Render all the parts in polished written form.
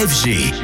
FG.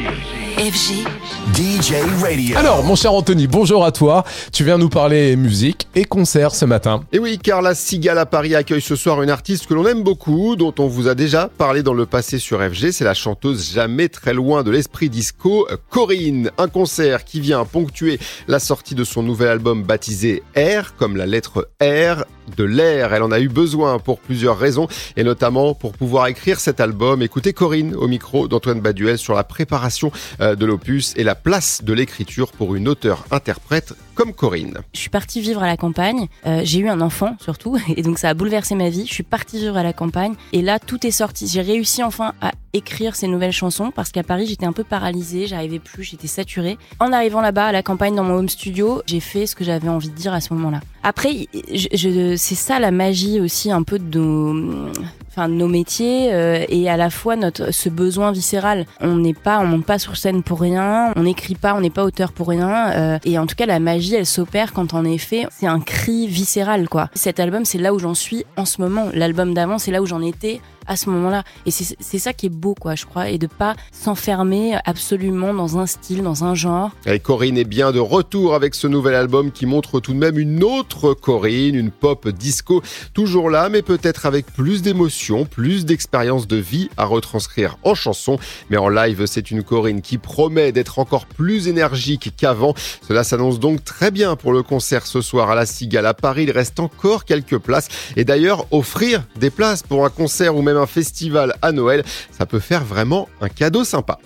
DJ Radio. Alors, mon cher Anthony, bonjour à toi. Tu viens nous parler musique et concert ce matin. Et oui, car la Cigale à Paris accueille ce soir une artiste que l'on aime beaucoup, dont on vous a déjà parlé dans le passé sur FG. C'est la chanteuse jamais très loin de l'esprit disco, Corinne. Un concert qui vient ponctuer la sortie de son nouvel album baptisé R, comme la lettre R de l'air. Elle en a eu besoin pour plusieurs raisons, et notamment pour pouvoir écrire cet album. Écoutez Corinne au micro d'Antoine Baduel sur la préparation de l'opus et la place de l'écriture pour une auteure-interprète comme Corinne. Je suis partie vivre à la campagne, j'ai eu un enfant surtout, et donc ça a bouleversé ma vie. Je suis partie vivre à la campagne, et là tout est sorti. J'ai réussi enfin à écrire ces nouvelles chansons, parce qu'à Paris j'étais un peu paralysée, j'arrivais plus, j'étais saturée. En arrivant là-bas à la campagne dans mon home studio, j'ai fait ce que j'avais envie de dire à ce moment-là. Après, c'est ça la magie aussi un peu de nos métiers, et à la fois ce besoin viscéral. On monte pas sur scène pour rien, on n'écrit pas, on n'est pas auteur pour rien, et en tout cas la magie elle s'opère quand en effet c'est un cri viscéral quoi. Cet album c'est là où j'en suis en ce moment, l'album d'avant c'est là où j'en étais à ce moment-là, et c'est ça qui est beau quoi je crois, et de pas s'enfermer absolument dans un style, dans un genre. Et Corinne est bien de retour avec ce nouvel album qui montre tout de même une autre Corinne, une pop disco toujours là, mais peut-être avec plus d'émotion, plus d'expérience de vie à retranscrire en chanson. Mais en live, c'est une Corinne qui promet d'être encore plus énergique qu'avant. Cela s'annonce donc très bien pour le concert ce soir à la Cigale à Paris. Il reste encore quelques places. Et d'ailleurs, offrir des places pour un concert ou même un festival à Noël, ça peut faire vraiment un cadeau sympa.